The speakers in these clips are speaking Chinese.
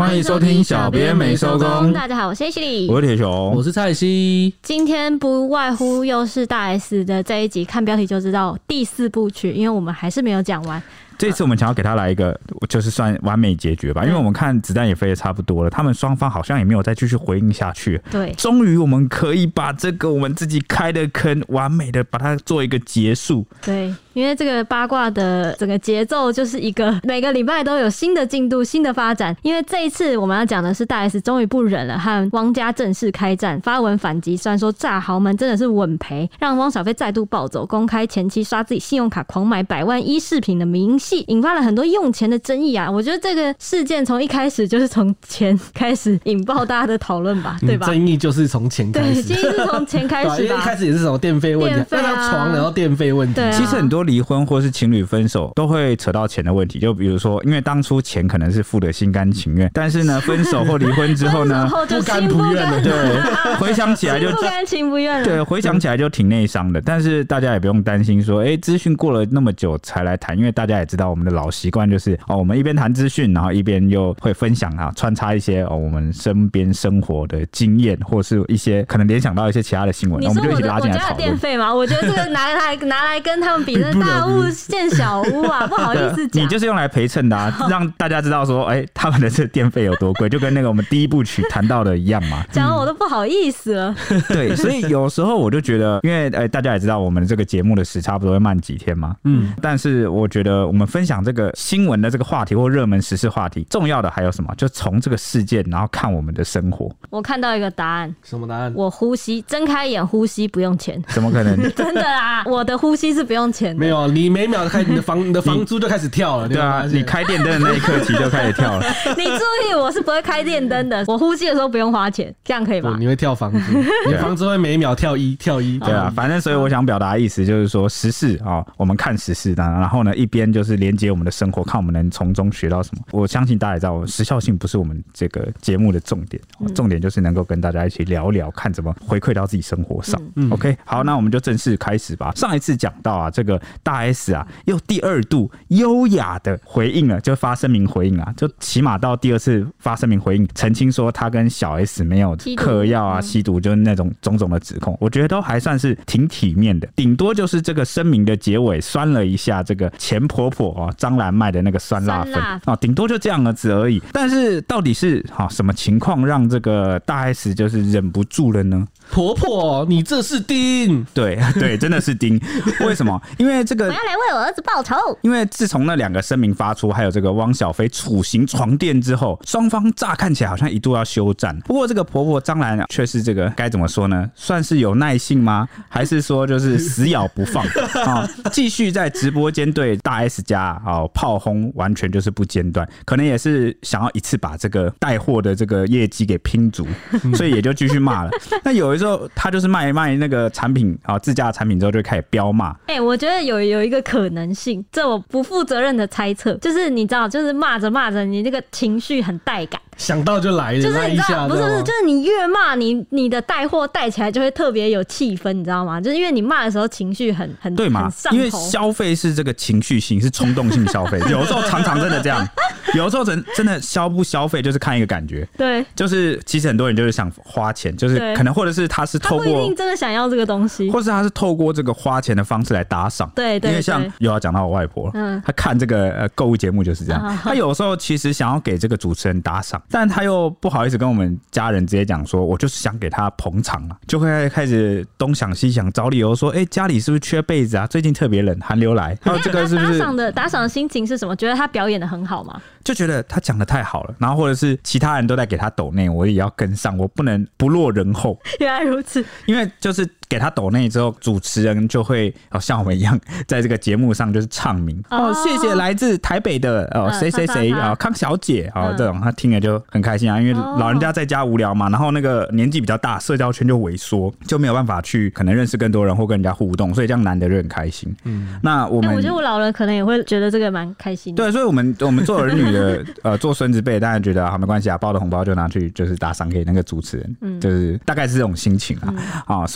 欢迎收听小编没收工。 大家好，我是 Ashley， 我是铁熊， 我是蔡西。 今天不外乎又是大 S 的这一集，看标题就知道第4部曲，因为我们还是没有讲完。 这次我们想要给他来一个，就是算完美结局吧，因为我们看子弹也飞得差不多了，他们双方好像也没有再继续回应下去。 对， 终于我们可以把这个我们自己开的坑，完美的把它做一个结束。 对，因为这个八卦的整个节奏就是一个每个礼拜都有新的进度、新的发展。因为这一次我们要讲的是大 S 终于不忍了，和汪家正式开战，发文反击，虽然说炸豪门真的是稳赔，让汪小菲再度暴走，公开前妻刷自己信用卡狂买100万衣饰品的明细，引发了很多用钱的争议啊。我觉得这个事件从一开始就是从钱开始引爆大家的讨论吧，对吧？ 争议就是从钱开始， 对，其实是从钱开始吧。 因为一开始也是什么电费问题，那张床然后电费问题。 对啊， 其实很多离婚或是情侣分手都会扯到钱的问题，就比如说，因为当初钱可能是付的心甘情愿，但是呢，分手或离婚之后呢， 不甘不愿的， 对，回想起来就不甘情不愿了， 对，回想起来就挺内伤的。但是大家也不用担心说，资讯过了那么久才来谈，因为大家也知道我们的老习惯就是我们一边谈资讯，然后一边又会分享穿插一些我们身边生活的经验，或是一些可能联想到一些其他的新闻，我们就一起拉进来讨论。 我家的电费吗？我觉得这个拿来跟他们比，那大巫见小巫啊，不好意思讲。 你就是用来陪衬的让大家知道说，他们的这电费有多贵，就跟那个我们第1部曲谈到的一样嘛。 讲得我都不好意思了。 对，所以有时候我就觉得，因为大家也知道我们这个节目的时差不多会慢几天嘛，但是我觉得我们分享这个新闻的这个话题或热门时事话题，重要的还有什么？就从这个事件，然后看我们的生活。 我看到一个答案， 什么答案？ 我呼吸，睁开眼呼吸不用钱。 怎么可能？ 真的啦，我的呼吸是不用钱的。 没有，你每秒你的房租就开始跳了。 对啊，你开电灯的那一刻起就开始跳了。 你注意，我是不会开电灯的，我呼吸的时候不用花钱，这样可以吧？ 你会跳房租，你房租会每秒跳一。 对啊，反正所以我想表达的意思就是说，时事我们看时事，然后呢，一边就是连接我们的生活，看我们能从中学到什么。我相信大家也知道，时效性不是我们这个节目的重点，重点就是能够跟大家一起聊聊，看怎么回馈到自己生活上。OK， 好，那我们就正式开始吧。上一次讲到这个大 S 又第2度优雅的回应了，就发声明回应就起码到第2次发声明回应，澄清说他跟小 S 没有嗑药吸毒，就是那种种种的指控，我觉得都还算是挺体面的。顶多就是这个声明的结尾酸了一下这个前婆婆张兰卖的那个酸辣粉顶多就这样而已。但是到底是什么情况让这个大 S 就是忍不住了呢？ 婆婆，你这是丁。 对，真的是丁。为什么？因为这个我要来为我儿子报仇。 因为自从那2个声明发出，还有这个汪小菲处刑床垫之后，双方乍看起来好像一度要休战。不过这个婆婆张兰却是这个该怎么说呢？算是有耐性吗？还是说就是死咬不放继续在直播间对大 S 家炮轰，完全就是不间断。可能也是想要一次把这个带货的这个业绩给拼足，所以也就继续骂了。那有的时候他就是卖那个产品自家的产品之后，就开始飙骂。 我觉得有一个可能性，这我不负责任的猜测，就是你知道，就是骂着骂着，你那个情绪很带感。 想到就来， 就是你知道，不是，就是你越骂你的带货带起来就会特别有气氛，你知道吗？就是因为你骂的时候情绪很对嘛，因为消费是这个情绪性，是冲动性消费，有时候常常真的这样，有时候真的消不消费就是看一个感觉。对，就是其实很多人就是想花钱，就是可能或者是他是透过他不一定真的想要这个东西， 或是他是透过这个花钱的方式来打赏。对，因为像又要讲到我外婆了，他看这个购物节目就是这样，他有时候其实想要给这个主持人打赏，但他又不好意思跟我们家人直接讲说，我就是想给他捧场就会开始东想西想，找理由说，家里是不是缺被子最近特别冷，寒流来。还有这个是不是打赏的心情是什么？觉得他表演的很好吗？ 就觉得他讲的太好了，然后或者是其他人都在给他抖内，我也要跟上，我不能不落人后。 原来如此， 因为就是给他抖内之后，主持人就会像我们一样，在这个节目上就是唱名谢谢来自台北的谁谁谁康小姐这种，他听了就很开心因为老人家在家无聊嘛，然后那个年纪比较大，社交圈就萎缩，就没有办法去可能认识更多人或跟人家互动，所以这样男的就很开心。那我觉得我老人可能也会觉得这个蛮开心的。 对，所以我们做儿女的做孙子辈，当然觉得没关系包的红包就拿去就是打赏给那个主持人，就是大概是这种心情所以呢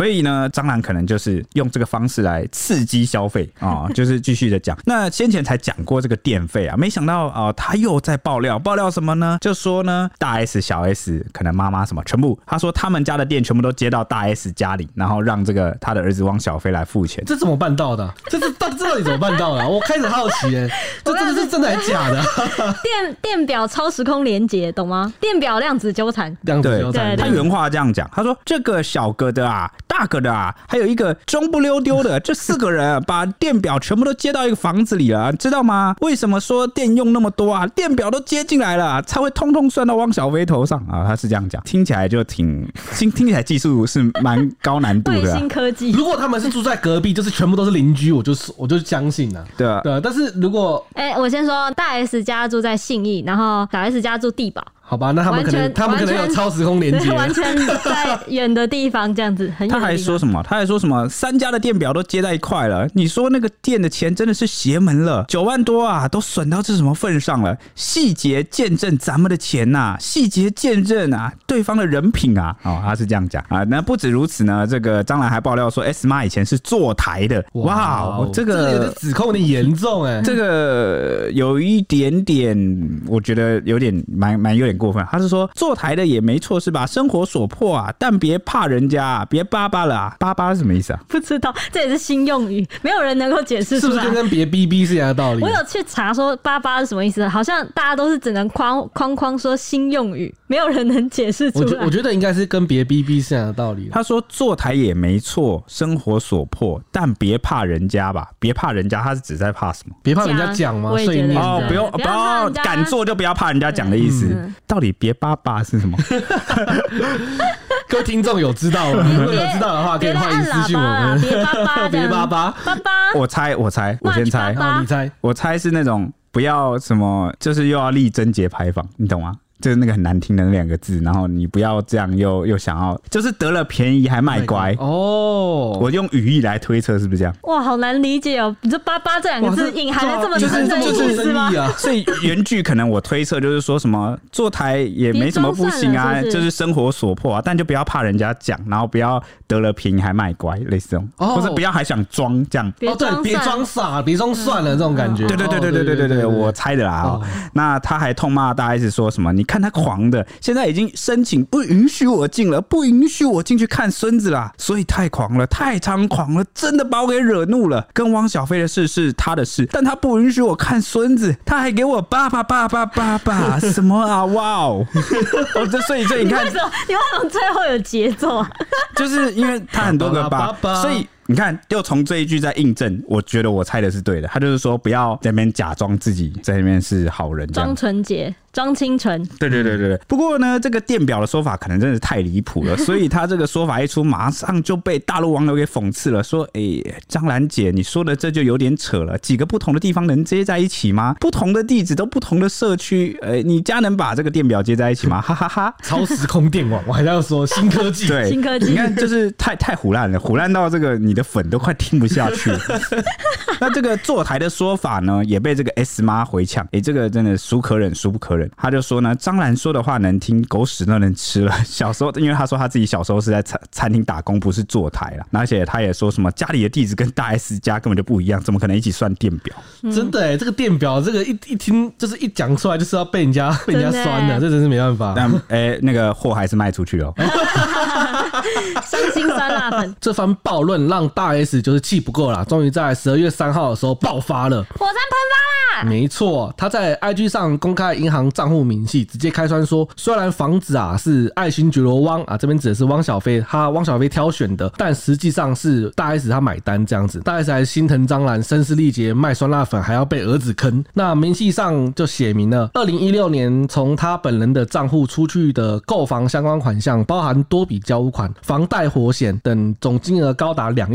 呢，张兰可能就是用这个方式来刺激消费啊，就是继续的讲。那先前才讲过这个电费啊，没想到他又在爆料什么呢？就说呢，大 S 小 S 可能妈妈什么全部，他说他们家的店全部都接到大 S 家里，然后让这个他的儿子汪小菲来付钱。 这怎么办到的？这到底怎么办到的？我开始好奇这真的是真的还是假的？ 电表超时空连结，懂吗？电表量子纠缠， 对，他原话这样讲，他说这个小个的啊，大个的啊，还有一个中不溜丢的，这4个人把电表全部都接到一个房子里了，知道吗？为什么说电用那么多啊？电表都接进来了，才会通通算到汪小菲头上啊！他是这样讲，听起来就听起来技术是蛮高难度的、 卫星科技。 如果他们是住在隔壁，就是全部都是邻居，我就相信了。 对啊， 但是如果我先说，大 S 家住在信义，然后小 S 家住地堡。 好吧，那他们可能有超时空连接， 完全在远的地方这样子，很远的地方。 他还说什么3家的电表都接在一块了，你说那个店的钱真的是邪门了，9万多啊，都损到这什么份上了？细节见证咱们的钱呐，细节见证啊对方的人品啊，他是这样讲啊。那不止如此呢，这个张兰还爆料说 S 妈以前是坐台的，哇，这个指控有点严重这个有一点点，我觉得有点蛮有点过分。他是说坐台的也没错是吧？生活所迫啊，但别怕人家，别巴巴了啊。巴巴是什么意思啊？ 不知道，这也是新用语，没有人能够解释出来。 是不是跟别逼逼是一样的道理？ 我有去查说巴巴是什么意思，好像大家都是只能框说新用语，没有人能解释出来。 我觉得应该是跟别逼逼是一样的道理。 他说坐台也没错，生活所迫，但别怕人家吧，别怕人家，他是指在怕什么？ 别怕人家讲吗？碎念不用敢做就不要怕人家讲的意思。到底别巴巴是什么？ 各位听众有知道吗？如果有知道的话，可以欢迎私讯我们。 别巴巴， 别巴巴， 我先猜， 你猜， 我猜是那种不要什么，就是又要立贞节牌坊，你懂吗？就是那个很难听的那2个字，然后你不要这样又想要，就是得了便宜还卖乖哦。我用语义来推测是不是这样？ 哇，好难理解哦！你这巴巴这2个字隐含了这么深的意思吗？ 所以原句可能我推测就是说什么坐台也没什么不行啊，就是生活所迫啊，但就不要怕人家讲，然后不要得了便宜还卖乖，类似这种，或者不要还想装这样。 对，别装傻，别装算了这种感觉。 对，我猜的啦。那他还痛骂大 S 说什么？你看他狂的，现在已经申请不允许我进了，不允许我进去看孙子啦，所以太狂了，太猖狂了，真的把我给惹怒了。跟汪小菲的事是他的事，但他不允许我看孙子，他还给我爸爸什么啊？哇哦！所以你看， 你为什么最后有节奏啊？ 就是因为他很多个爸，所以。你看，又从这一句在印证，我觉得我猜的是对的。他就是说，不要在那边假装自己在那边是好人， 装纯洁、装清纯。 对。不过呢，这个电表的说法可能真的是太离谱了，所以他这个说法一出，马上就被大陆网友给讽刺了，说：“张兰姐，你说的这就有点扯了，几个不同的地方能接在一起吗？不同的地址都不同的社区，你家能把这个电表接在一起吗？哈哈哈！ 超时空电网，我还要说新科技， 对， 新科技。 你看，就是太唬烂了，唬烂到这个你的粉都快听不下去。那这个坐台的说法呢，也被这个 S 妈回呛，这个真的孰可忍孰不可忍。他就说呢，张兰说的话能听，狗屎都能吃了。小时候，因为他说他自己小时候是在餐厅打工，不是坐台啦，而且他也说什么家里的地址跟大 S 家根本就不一样，怎么可能一起算电表？ 真的这个电表这个一听就是一讲出来就是要被人家酸的，这真是没办法。 但那个货还是卖出去了。 伤心酸辣粉。 这番暴论让大 S 就是气不够啦，终于在12月3号的时候爆发了， 火山喷发啦！ 没错，他在 IG 上公开银行账户明细，直接开穿说，虽然房子是爱新觉罗汪这边指的是汪小菲，汪小菲挑选的，但实际上是大 S 他买单这样子。大 S 还心疼张兰声嘶力竭卖酸辣粉，还要被儿子坑。那明细上就写明了2016年从他本人的账户出去的购房相关款项，包含多笔交屋款、房贷、火险等，总金额高达2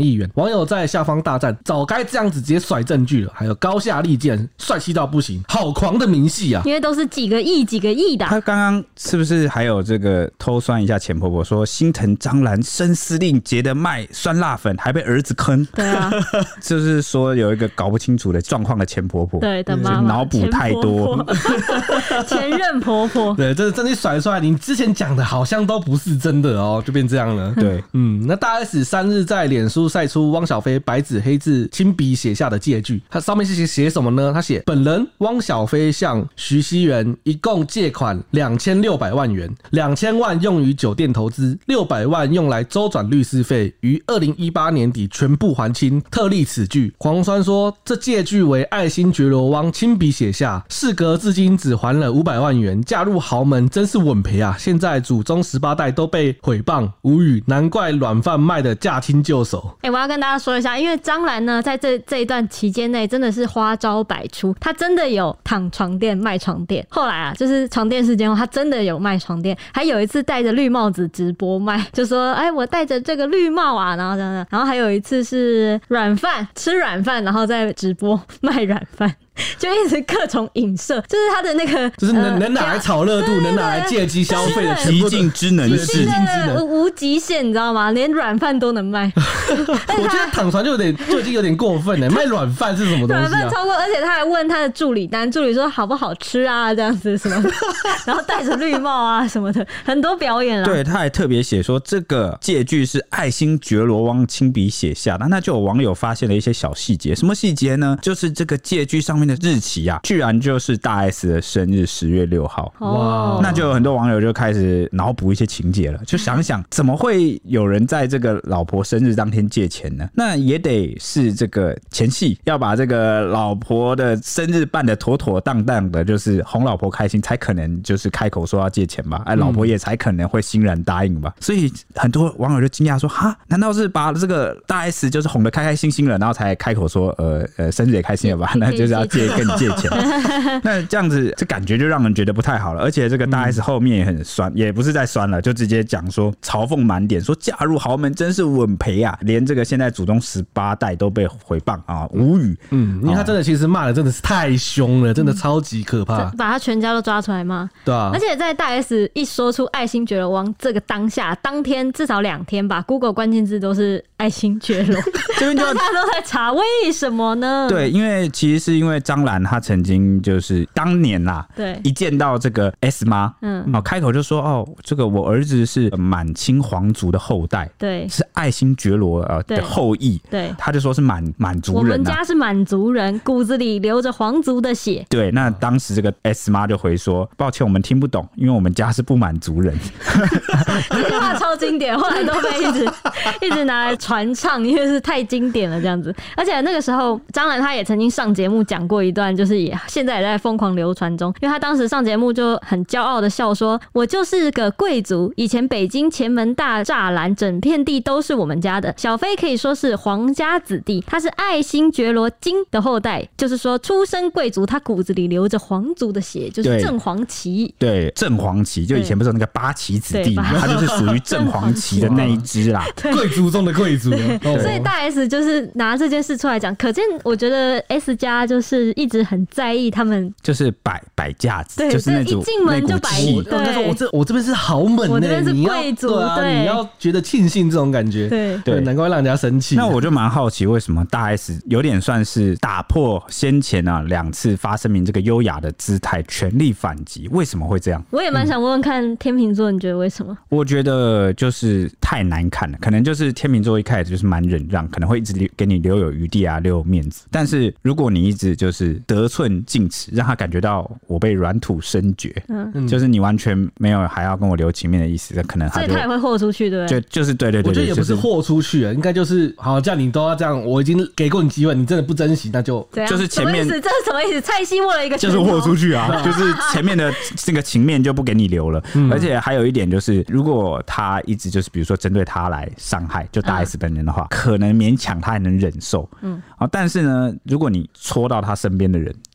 亿元。网友在下方大赞，早该这样子直接甩证据了。还有高下立见，帅气到不行，好狂的明细啊！ 因为都是几个亿的。 他刚刚是不是还有这个偷酸一下钱婆婆，说心疼张兰生司令结的卖酸辣粉，还被儿子坑？ 对啊， 就是说有一个搞不清楚的状况的钱婆婆， 对的妈妈脑补太多， 前任婆婆， 对，这真的甩出来，你之前讲的好像都不是真的哦，就变这样了。 对， 那大 S 3日在脸书晒出汪小菲白纸黑字亲笔写下的借据，他上面是写什么呢？他写本人汪小菲向徐熙媛一共借款2600万元，2000万用于酒店投资，600万用来周转律师费，于2018年底全部还清，特立此据。黄宏川说，这借据为爱新觉罗汪亲笔写下，事隔至今只还了500万元，嫁入豪门真是稳赔啊！现在祖宗18代都被毁谤，无语，难怪软饭卖的驾轻就熟。 我要跟大家说一下，因为张兰呢，在这一段期间内真的是花招百出，她真的有躺床垫卖床垫，后来啊，就是床垫事件后，她真的有卖床垫，还有一次戴着绿帽子直播卖，就说我戴着这个绿帽啊，然后这样，然后还有一次是软饭吃软饭，然后在直播卖软饭。就一直各种影射，就是他的那个， 就是能拿来炒热度，能拿来借机消费的极尽之能事， 无极限，你知道吗？连软饭都能卖。 我觉得躺床就已经有点过分了，卖软饭是什么东西啊？ 软饭超过，而且他还问他的助理，男助理说好不好吃啊，这样子什么的，然后戴着绿帽啊什么的，很多表演啊。 对，他还特别写说这个借据是爱新觉罗汪亲笔写下的，那就有网友发现了一些小细节，什么细节呢？就是这个借据上面的日期啊，居然就是大 S 的生日10月6号。哇！那就有很多网友就开始脑补一些情节了，就想想怎么会有人在这个老婆生日当天借钱呢？那也得是这个前戏要把这个老婆的生日办得妥妥当当的，就是哄老婆开心，才可能就是开口说要借钱吧，老婆也才可能会欣然答应吧。所以很多网友就惊讶说：哈，难道是把这个大 S 就是哄得开开心心了，然后才开口说生日也开心了吧？那就是要跟你借钱。那这样子，这感觉就让人觉得不太好了。而且这个大 S 后面也很酸，也不是在酸了，就直接讲说嘲讽满点，说嫁入豪门真是稳赔啊，连这个现在祖宗18代都被毁谤啊，无语。 因为他真的其实骂的真的是太凶了，真的超级可怕， 把他全家都抓出来骂。 对啊， 而且在大 S 一说出爱新觉罗汪这个当下，当天至少2天吧 ，Google 关键字都是爱新觉罗，这边大家都在查为什么呢？ 对，因为其实是因为张兰她曾经就是当年啦， 对， 一见到这个 S 妈，开口就说这个我儿子是满清皇族的后代， 对， 是爱新觉罗的后裔， 对， 他就说是满族人， 我们家是满族人，骨子里流着皇族的血。 对，那当时这个 S 妈就回说，抱歉，我们听不懂，因为我们家是不满族人。 这句话超经典，后来都被一直拿来传唱，因为是太经典了这样子。而且那个时候，张兰她也曾经上节目讲过一段，就是现在也在疯狂流传中。因为她当时上节目就很骄傲的笑说：“我就是个贵族，以前北京前门大栅栏整片地都是我们家的。小菲可以说是皇家子弟，他是爱新觉罗金的后代，就是说出身贵族，他骨子里流着皇族的血，就是正黄旗。 对，正黄旗就以前不是有那个八旗子弟嘛，他就是属于正黄旗的那一支啦， 贵族中的贵族。 所以大 S 就是拿这件事出来讲，可见我觉得 S 家就是一直很在意他们， 就是摆架子， 对， 就是那种一进门就摆。 我这边是豪门， 我这边是贵族， 对，你要觉得庆幸这种感觉，对，难怪让人家生气。 那我就蛮好奇，为什么大 S 有点算是打破先前2次发声明这个优雅的姿态，全力反击，为什么会这样？ 我也蛮想问问看天秤座，你觉得为什么？ 我觉得就是太难看了，可能就是天秤座一开始就是蛮忍让，可能会一直给你留有余地啊，留有面子。但是如果你一直就是得寸进尺，让他感觉到我被软土深掘，就是你完全没有还要跟我留情面的意思，可能他所以他也会豁出去，对不对？ 就是对， 我觉得也不是豁出去，应该就是好，这样你都要这样，我已经给过你机会，你真的不珍惜，那就是前面这是什么意思？蔡西握了一个拳头， 就是豁出去啊，就是前面的这个情面就不给你留了。而且还有一点就是，如果他一直就是比如说针对他来伤害，就大 S 本人的话，可能勉强他还能忍受。但是呢，如果你戳到他身边的人， 对，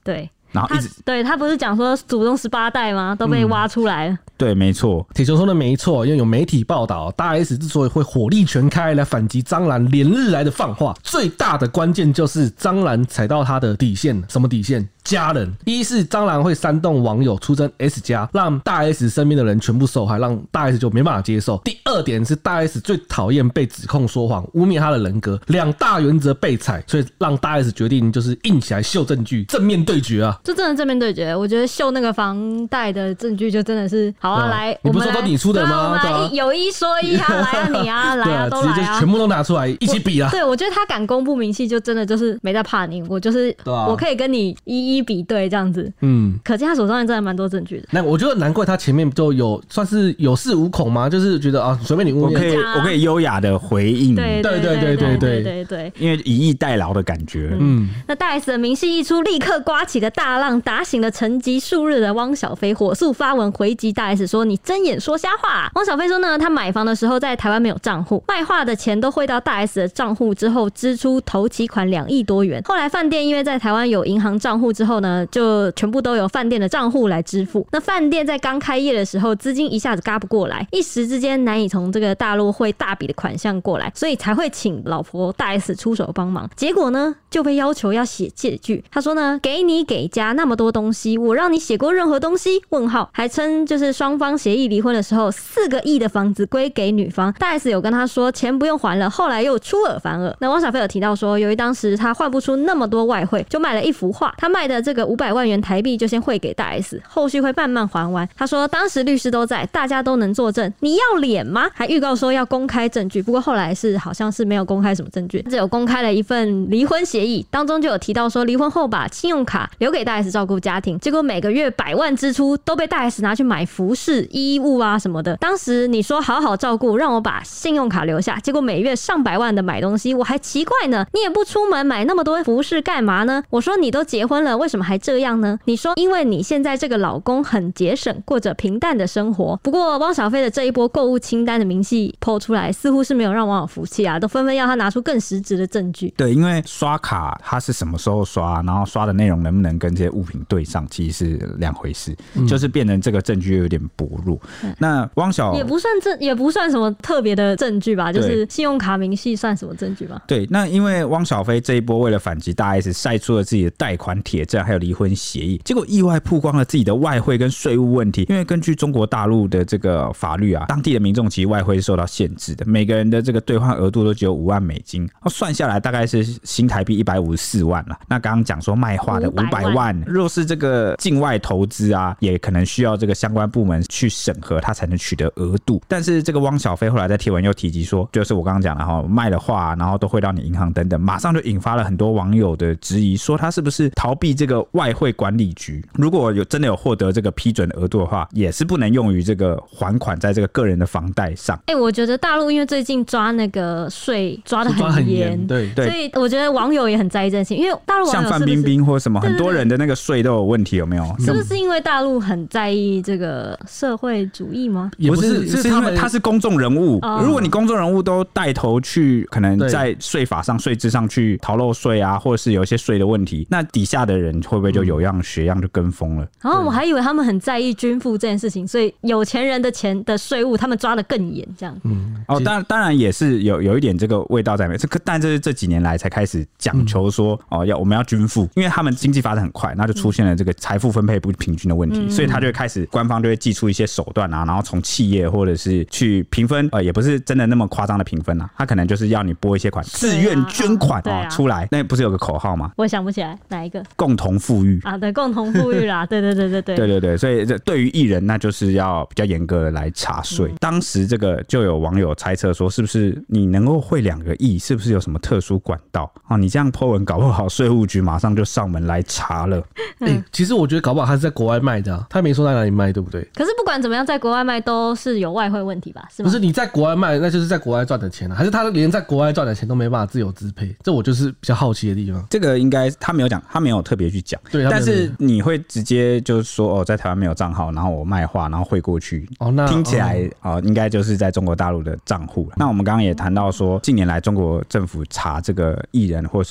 然后一直对他不是讲说祖宗18代吗？都被挖出来了。 对，没错。 铁球说的没错，因为有媒体报道，大 S 之所以会火力全开来反击张兰连日来的放话，最大的关键就是张兰踩到他的底线。什么底线？家人。一是张兰会煽动网友出征 S 家，让大 S 身边的人全部受害，让大 S 就没办法接受。第二点是大 S 最讨厌被指控说谎，污蔑他的人格，2大原则被踩，所以让大 S 决定就是硬起来秀证据，正面对决啊！ 这真的正面对决，我觉得秀那个房贷的证据就真的是好啊，来， 你不是说都你出的吗？ 我们来有一说一啊，来啊你啊，来啊，都来啊， 直接就全部都拿出来一起比啊！ 对，我觉得他敢公布明细，就真的就是没在怕你，我就是我可以跟你一一比对这样子。可见他手上真的蛮多证据的。 那我觉得难怪他前面就有算是有恃无恐嘛，就是觉得啊，随便你污蔑， 我可以优雅的回应。 对， 因为以逸待劳的感觉。 那大 S 的明细一出，立刻刮起了大浪，打醒了沉寂数日的汪小菲，火速发文回击大 S 说：“你睁眼说瞎话。”汪小菲说呢，他买房的时候在台湾没有账户，卖画的钱都汇到大 S 的账户之后，支出头期款2亿多元。后来饭店因为在台湾有银行账户之后呢，就全部都由饭店的账户来支付。那饭店在刚开业的时候，资金一下子嘎不过来，一时之间难以从这个大陆汇大笔的款项过来，所以才会请老婆大 S 出手帮忙。结果呢，就被要求要写借据。他说呢，给你给家那么多东西，我让你写过任何东西？问号，还称就是双方协议离婚的时候，4个亿的房子归给女方。大 S 有跟他说钱不用还了，后来又出尔反尔。那汪小菲有提到说，由于当时他换不出那么多外汇，就卖了一幅画，他卖的这个500万元台币就先汇给大 S， 后续会慢慢还完。他说当时律师都在，大家都能作证，你要脸吗？还预告说要公开证据，不过后来是好像是没有公开什么证据，只有公开了一份离婚协议，当中就有提到说离婚后把信用卡留给大 S 照顾家庭，结果每个月100万支出都被大 S 拿去买服饰、衣物啊什么的。当时你说好好照顾，让我把信用卡留下，结果每月上百万的买东西，我还奇怪呢，你也不出门买那么多服饰干嘛呢？我说你都结婚了，为什么还这样呢？你说因为你现在这个老公很节省，过着平淡的生活。不过汪小菲的这一波购物清单的明细抛出来，似乎是没有让网友服气啊，都纷纷要他拿出更实质的证据。 对，因为刷卡他是什么时候刷，然后刷的内容能不能跟这些物品对上，其实是2回事，就是变成这个证据有点薄弱。那汪小也不算什么特别的证据吧，就是信用卡明细算什么证据吧？ 对，那因为汪小菲这一波为了反击大 S， 晒出了自己的贷款铁证，还有离婚协议，结果意外曝光了自己的外汇跟税务问题。因为根据中国大陆的这个法律啊，当地的民众其实外汇是受到限制的，每个人的这个兑换额度都只有5万美金，算下来大概是新台币154万啦。那刚刚讲说卖画的500万，若是这个境外投资啊，也可能需要这个相关部门去审核，他才能取得额度。但是这个汪小菲后来在贴文又提及说，就是我刚刚讲的哈，卖了画然后都汇到你银行等等，马上就引发了很多网友的质疑，说他是不是逃避这个外汇管理局？如果真的有获得这个批准额度的话，也是不能用于这个还款在这个个人的房贷上。 我觉得大陆因为最近抓那个税抓得很严， 对， 所以我觉得网友也很在意这件事情，因为大陆网友像范冰冰或什么，很多人的那个税都有问题，有没有？ 是不是因为大陆很在意这个社会主义吗？ 也不是， 是因为他是公众人物。如果你公众人物都带头去，可能在税法上、税制上去逃漏税啊，或者是有一些税的问题，那底下的人会不会就有样学样就跟风了？ 然后我还以为他们很在意均富这件事情，所以有钱人的钱的税务他们抓得更严，这样。 当然也是有一点这个味道在里面，但这是这几年来才开始讲求说我们要均富，因为他们经济发展很快，那就出现了这个财富分配不平均的问题，所以他就会开始官方就会祭出一些手段啊，然后从企业或者是去评分，也不是真的那么夸张的评分啊，他可能就是要你拨一些款，自愿捐款出来。那不是有个口号吗？ 我想不起来哪一个。 共同富裕啊，对，共同富裕啦，对， 所以对于艺人，那就是要比较严格的来查税。当时这个就有网友猜测说，是不是你能够汇2个亿，是不是有什么特殊管道啊？你这样 po 文，搞不好税务局马上就上门来查了。 其实我觉得搞不好他是在国外卖的他没说在哪里卖，对不对？ 可是不管怎么样，在国外卖都是有外汇问题吧？是吗？ 不是你在国外卖，那就是在国外赚的钱还是他连在国外赚的钱都没办法自由支配？这我就是比较好奇的地方。 这个应该他没有讲，他没有特别去讲。 对， 但是你会直接就是说在台湾没有账号，然后我卖画，然后汇过去，那听起来应该就是在中国大陆的账户。那我们刚刚也谈到说，近年来中国政府查这个艺人或是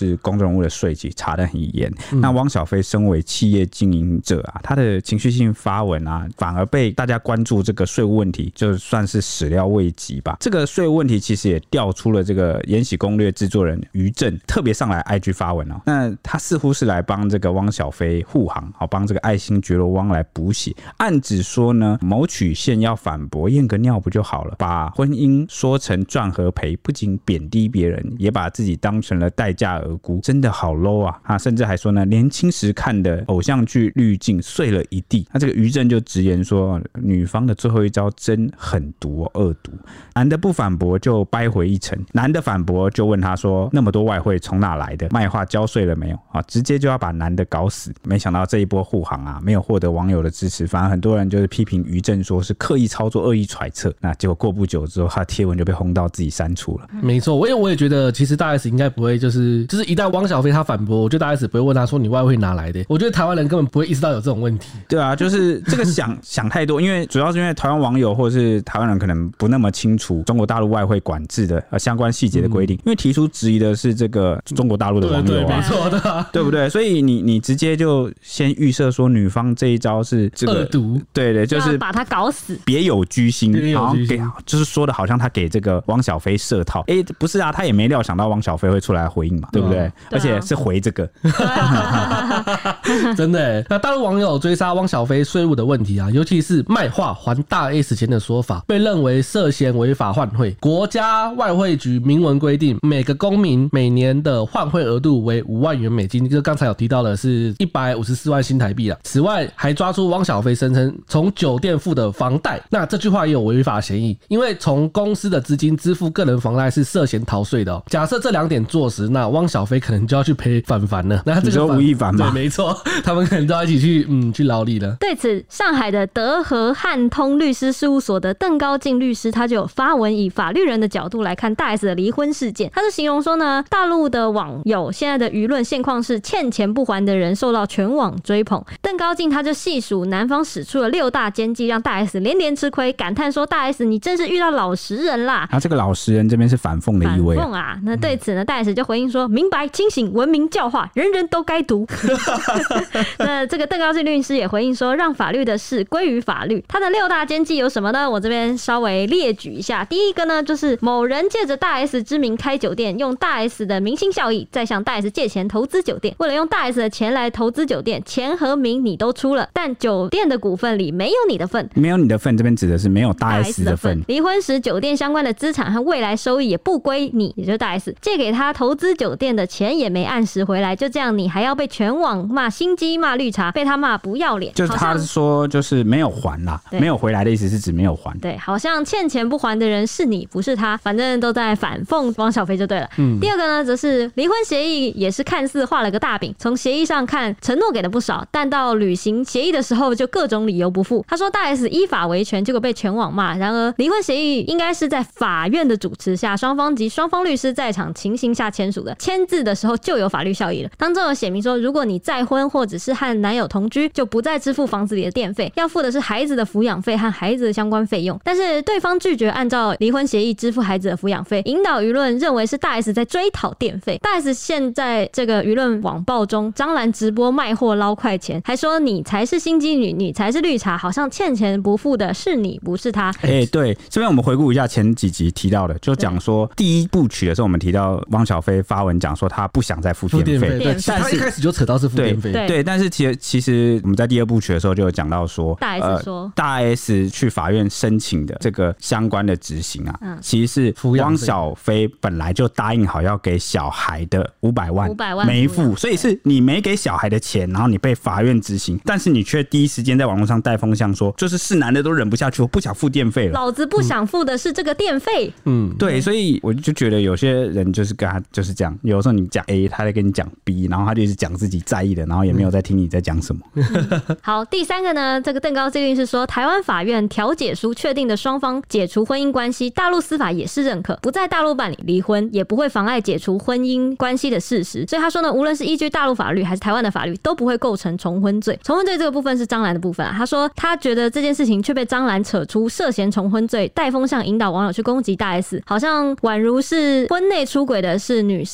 是公众人物的税级查得很严。那汪小菲身为企业经营者啊，他的情绪性发文啊，反而被大家关注这个税务问题，就算是始料未及吧。这个税务问题其实也调出了这个《延禧攻略》制作人于正特别上来 IG 发文哦。那他似乎是来帮这个汪小菲护航，好帮这个爱新觉罗汪来补血，暗指说呢，某曲线要反驳，验个尿不就好了？把婚姻说成赚和赔，不仅贬低别人，也把自己当成了待价而沽，真的好 low 啊！甚至还说呢，年轻时看的偶像剧滤镜碎了一地。那这个于正就直言说，女方的最后一招真狠毒恶毒。男的不反驳就掰回一层，男的反驳就问他说，那么多外汇从哪来的？卖化交税了没有？直接就要把男的搞死。没想到这一波护航啊，没有获得网友的支持，反而很多人就是批评于正说是刻意操作、恶意揣测。那结果过不久之后，他的贴文就被轰到自己删除了。 没错，我也觉得其实大 S 应该不会就是一旦汪小菲他反驳，我觉得大 S 不会问他说你外汇哪来的。我觉得台湾人根本不会意识到有这种问题。 对啊，就是这个想太多，因为主要是因为台湾网友或者是台湾人可能不那么清楚中国大陆外汇管制的相关细节的规定，因为提出质疑的是这个中国大陆的网友啊， 对，没错的， 对不对？所以你直接就先预设说女方这一招是这个恶毒， 对，就是把他搞死， 别有居心，好像给就是说的好像他给这个汪小菲设套，不是啊，他也没料想到汪小菲会出来回应嘛，对不对？而且是回这个， 真的耶。那大陆网友追杀汪小菲税务的问题啊，尤其是卖化还大 S 钱的说法，被认为涉嫌违法换汇。国家外汇局明文规定，每个公民每年的换汇额度为5万元美金，就刚才有提到的是154万新台币啊。此外，还抓出汪小菲声称从酒店付的房贷，那这句话也有违法嫌疑，因为从公司的资金支付个人房贷是涉嫌逃税的哦。假设这2点坐实，那汪小菲可能就要去赔反了。那你说吴亦凡吗？ 对，没错，他们可能都要一起去劳力了。 对此，上海的德和汉通律师事务所的邓高进律师他就有发文，以法律人的角度来看大 S 的离婚事件。他是形容说呢，大陆的网友现在的舆论现况是欠钱不还的人受到全网追捧。邓高进他就细数男方使出了6大奸计，让大 S 连连吃亏，感叹说大 S 你真是遇到老实人啦。 这个老实人这边是反讽的意味。 反讽啊，那对此呢，大 S 就回应说，明白、清醒、文明教化，人人都该读。那这个邓高进律师也回应说，让法律的事归于法律。他的6大奸计有什么呢？我这边稍微列举一下。第一个呢，就是某人借着大 S 之名开酒店，用大 S 的明星效益，再向大 S 借钱投资酒店。为了用大 S 的钱来投资酒店，钱和名你都出了，但酒店的股份里没有你的份。 没有你的份，这边指的是没有大 S 的份。 离婚时酒店相关的资产和未来收益也不归你，也就是大 S。借给他投资酒店的钱也没按时回来，就这样你还要被全网骂心机、骂绿茶，被他骂不要脸。 就是他是说就是没有还啦，没有回来的意思是指没有还。 对，好像欠钱不还的人是你，不是他，反正都在反讽汪小菲就对了。第二个呢，则是离婚协议也是看似画了个大饼，从协议上看承诺给的不少，但到履行协议的时候就各种理由不付。他说大 S 依法维权，结果被全网骂。然而离婚协议应该是在法院的主持下，双方及双方律师在场情形下签署的，签字的时候就有法律效益了。当中有写明说，如果你再婚或者是和男友同居，就不再支付房子里的电费，要付的是孩子的抚养费和孩子的相关费用。但是对方拒绝按照离婚协议支付孩子的抚养费，引导舆论认为是大 S 在追讨电费。大 S 现在这个舆论网暴中张兰直播卖货捞快钱，还说你才是心机女，你才是绿茶，好像欠钱不付的是你，不是他。 对，这边我们回顾一下前几集提到的，就讲说第一部曲的时候，我们提到汪小菲发文讲说他不想再付电费， 对，但他一开始就扯到是付电费， 对，但是其实我们在第二部曲的时候就有讲到说，大 S 去法院申请的这个相关的执行啊，其实是汪小菲本来就答应好要给小孩的500万没付，所以是你没给小孩的钱，然后你被法院执行，但是你却第一时间在网络上带风向说，就是男的都忍不下去，我不想付电费了， 老子不想付的是这个电费。 对，所以我就觉得有些人就是跟他就是这样，有时候你讲 A， 他在跟你讲 B， 然后他就是讲自己在意的，然后也没有在听你在讲什么。 好，第三个呢，这个邓高进律师说，台湾法院调解书确定的双方解除婚姻关系，大陆司法也是认可，不在大陆办理离婚，也不会妨碍解除婚姻关系的事实。所以他说呢，无论是依据大陆法律还是台湾的法律，都不会构成重婚罪。重婚罪这个部分是张兰的部分啊。他说他觉得这件事情却被张兰扯出涉嫌重婚罪，带风向引导网友去攻击大 S， 好像宛如是婚内出轨的是女生而不是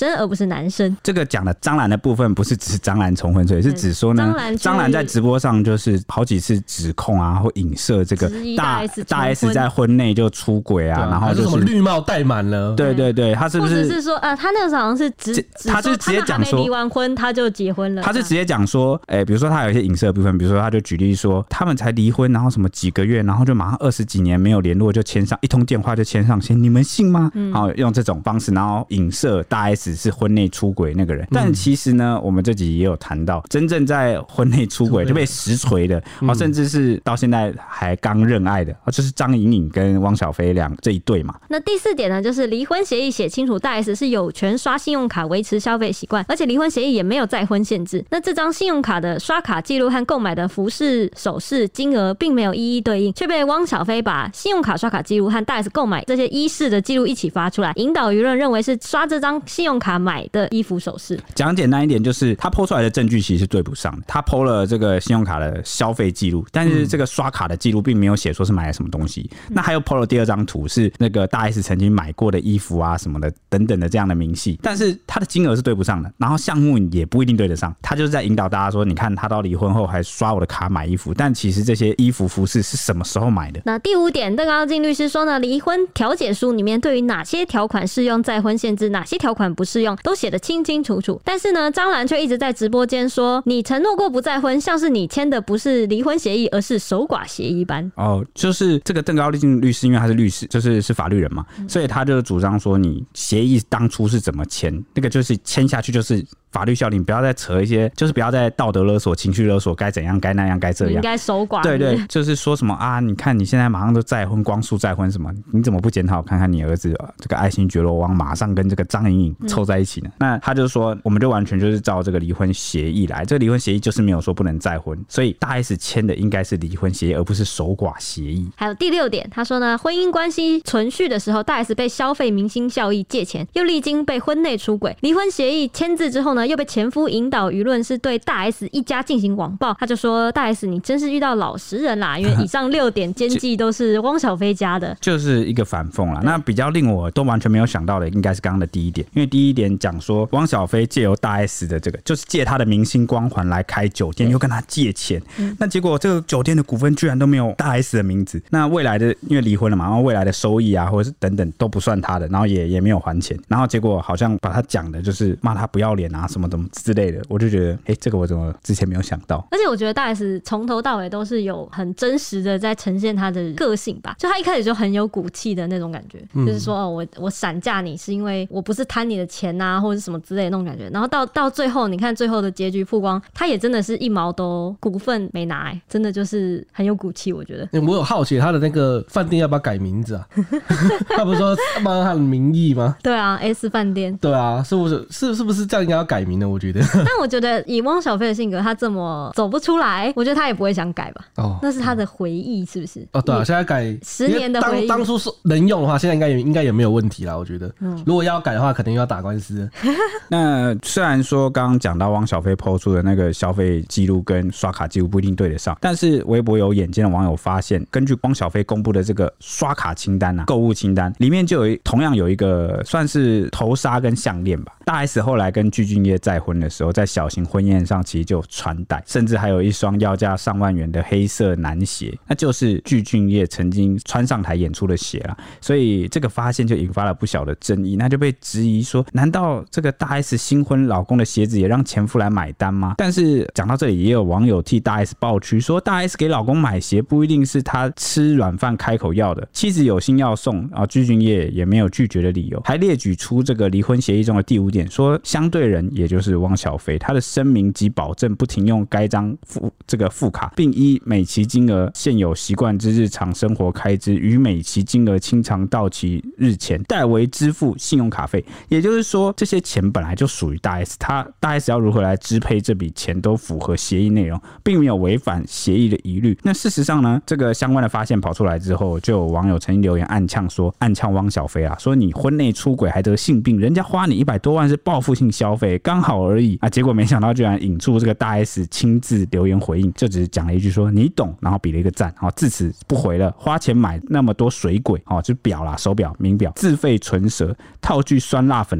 就是男生。 这个讲的张兰的部分不是指张兰重婚罪，是指说呢，张兰在直播上就是好几次指控啊，或影射这个大 S 在婚内就出轨啊，然后就是什么绿帽戴满了， 对对对，他是不是？ 或者是说他那个时候好像是他就直接讲说离完婚他就结婚了， 他是直接讲说，比如说他有一些影射的部分，比如说他就举例说，他们才离婚，然后什么几个月，然后就马上20几年没有联络就牵上一通电话就牵上线，你们信吗？好，用这种方式，然后影射大 S 是婚内出轨那个人。但其实呢，我们这集也有谈到，真正在婚内出轨就被实锤的，甚至是到现在还刚认爱的，就是张颖颖跟汪小菲这一对嘛。 那第4点呢，就是离婚协议写清楚，大 S 是有权刷信用卡维持消费习惯，而且离婚协议也没有再婚限制。那这张信用卡的刷卡记录和购买的服饰、首饰金额并没有一一对应，却被汪小菲把信用卡刷卡记录和大 S 购买这些衣饰的记录一起发出来，引导舆论认为是刷这张信用卡买的衣服首饰。 讲简单一点，就是他 po 出来的证据其实是对不上的。他 po 了这个信用卡的消费记录，但是这个刷卡的记录并没有写说是买了什么东西。那还有 po 了第2张图，是那个大 S 曾经买过的衣服啊什么的等等的这样的明细，但是他的金额是对不上的，然后项目也不一定对得上。他就是在引导大家说，你看他到离婚后还刷我的卡买衣服，但其实这些衣服服饰是什么时候买的？ 那第5点，邓高静律师说呢，离婚调解书里面对于哪些条款适用再婚限制，哪些条款不适用，都写得清清楚楚。但是呢，张兰却一直在直播间说，你承诺过不再婚，像是你签的不是离婚协议，而是守寡协议般。 就是这个邓高静律师，因为他是律师，是法律人嘛，所以他就主张说，你协议当初是怎么签，那个就是签下去就是法律效力，不要再扯一些，就是不要再道德勒索、情绪勒索，该怎样、该那样、该这样， 应该守寡。 对对，就是说什么啊？你看你现在马上都再婚，光速再婚什么？你怎么不检讨看看你儿子这个爱新觉罗汪马上跟这个张颖颖凑在一起呢？那他就说，我们就完全就是照这个离婚协议来，这个离婚协议就是没有说不能再婚，所以大 S 签的应该是离婚协议，而不是守寡协议。 还有第6点，他说呢，婚姻关系存续的时候，大 S 被消费明星效益借钱，又历经被婚内出轨，离婚协议签字之后呢，又被前夫引导舆论是对大 S 一家进行网暴，他就说大 S 你真是遇到老实人啦，因为以上6点奸计都是汪小菲家的， 就是一个反讽啦。那比较令我都完全没有想到的，应该是刚刚的第1点，因为第1点讲说汪小菲借由大 S 的这个，就是借他的明星光环来开酒店，又跟他借钱，那结果这个酒店的股份居然都没有大 S 的名字，那未来的因为离婚了嘛，然后未来的收益啊或者是等等都不算他的，然后也没有还钱，然后结果好像把他讲的就是骂他不要脸啊什么之类的，我就觉得这个我怎么之前没有想到。 而且我觉得大 S 从头到尾都是有很真实的在呈现他的个性吧，就他一开始就很有骨气的那种感觉，就是说我闪嫁你是因为我不是贪你的钱啊或者什么之类的那种感觉，然后到最后你看最后的结局曝光，他也真的是1毛都股份没拿，真的就是很有骨气。我觉得我有好奇他的那个饭店要不要改名字啊？他不是说帮他的名义吗？ 对啊 ，S 饭店。对啊，是不是这样应该要改名呢？我觉得。 但我觉得以汪小菲的性格，他这么走不出来，我觉得他也不会想改吧。那是他的回忆，是不是？ 对啊，现在改 10年的回忆， 当初是能用的话，现在应该也没有问题啦。我觉得，如果要改的话，可能又要打官司。 那虽然说刚刚讲到汪小菲 po 出的那个消费记录跟刷卡记录不一定对得上，但是微博有眼尖的网友发现，根据汪小菲公布的这个刷卡清单购物清单里面就同样有一个算是头纱跟项链吧。大 S 后来跟具俊晔再婚的时候，在小型婚宴上其实就有穿戴，甚至还有一双要价上万元的黑色男鞋，那就是具俊晔曾经穿上台演出的鞋啦。所以这个发现就引发了不小的争议，那就被质疑说，难道这个大 S 新婚老公的鞋子也让前夫来买单吗？但是讲到这里，也有网友替大 S 抱屈，说大 S 给老公买鞋不一定是他吃软饭开口要的，妻子有心要送具俊晔也没有拒绝的理由，还列举出这个离婚协议中的第5点，说相对人也就是汪小菲，他的声明及保证不停用该张副卡，并依每期金额现有习惯之日常生活开支与每期金额清偿到期日前代为支付信用卡费。也就是说，这些钱本来就属于大 S， 大 S 要如何来支配这笔钱都符合协议内容，并没有违反协议的疑虑。那事实上呢，这个相关的发现跑出来之后，就有网友曾经留言暗呛汪小菲说你婚内出轨还得性病，人家花你100多万是报复性消费，刚好而已结果没想到居然引出这个大 S 亲自留言回应，就只是讲了一句说你懂，然后比了一个赞，自此不回了。花钱买那么多水鬼就表啦，手表、名表，自费存折，套句酸辣粉的话，我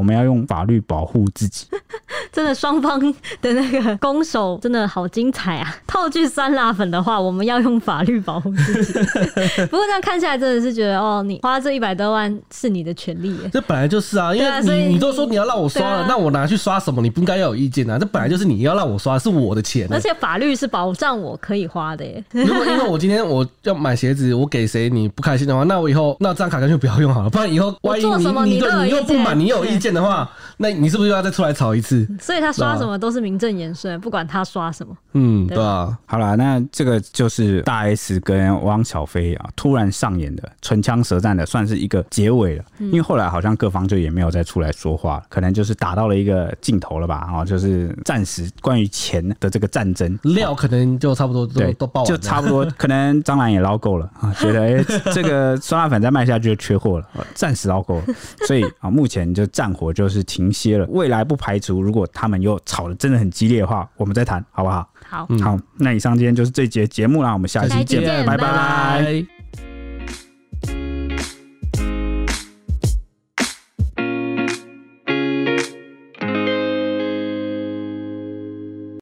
们要用法律保护自己。 真的双方的那个攻守真的好精彩啊！套句酸辣粉的话，我们要用法律保护自己。不过这样看下来，真的是觉得哦，你花这100多万是你的权利耶。 这本来就是啊，因为你都说你要让我刷了，那我拿去刷什么？你不应该要有意见啊！这本来就是你要让我刷，是我的钱。 而且法律是保障我可以花的耶。 如果因为我今天我要买鞋子，我给谁你不开心的话，那我以后那这张卡干脆不要用好了，不然以后万一你又不满，你又有意见的话，那你是不是又要再出来吵一次？ 所以他刷什么都是名正言顺，不管他刷什么。 对啊。 好啦，那这个就是大 S 跟汪小菲啊突然上演的唇枪舌战的，算是一个结尾了。因为后来好像各方就也没有再出来说话了，可能就是打到了一个尽头了吧？就是暂时关于钱的这个战争料可能就差不多都爆完了， 就差不多，可能张兰也捞够了啊，觉得这个酸辣粉再卖下去就缺货了，暂时捞够了，所以目前就战火就是停歇了。未来不排除如果他们又吵得真的很激烈的话，我们再谈，好不好？ 好， 好，那以上今天就是这节节目啦，我们下期见，拜拜。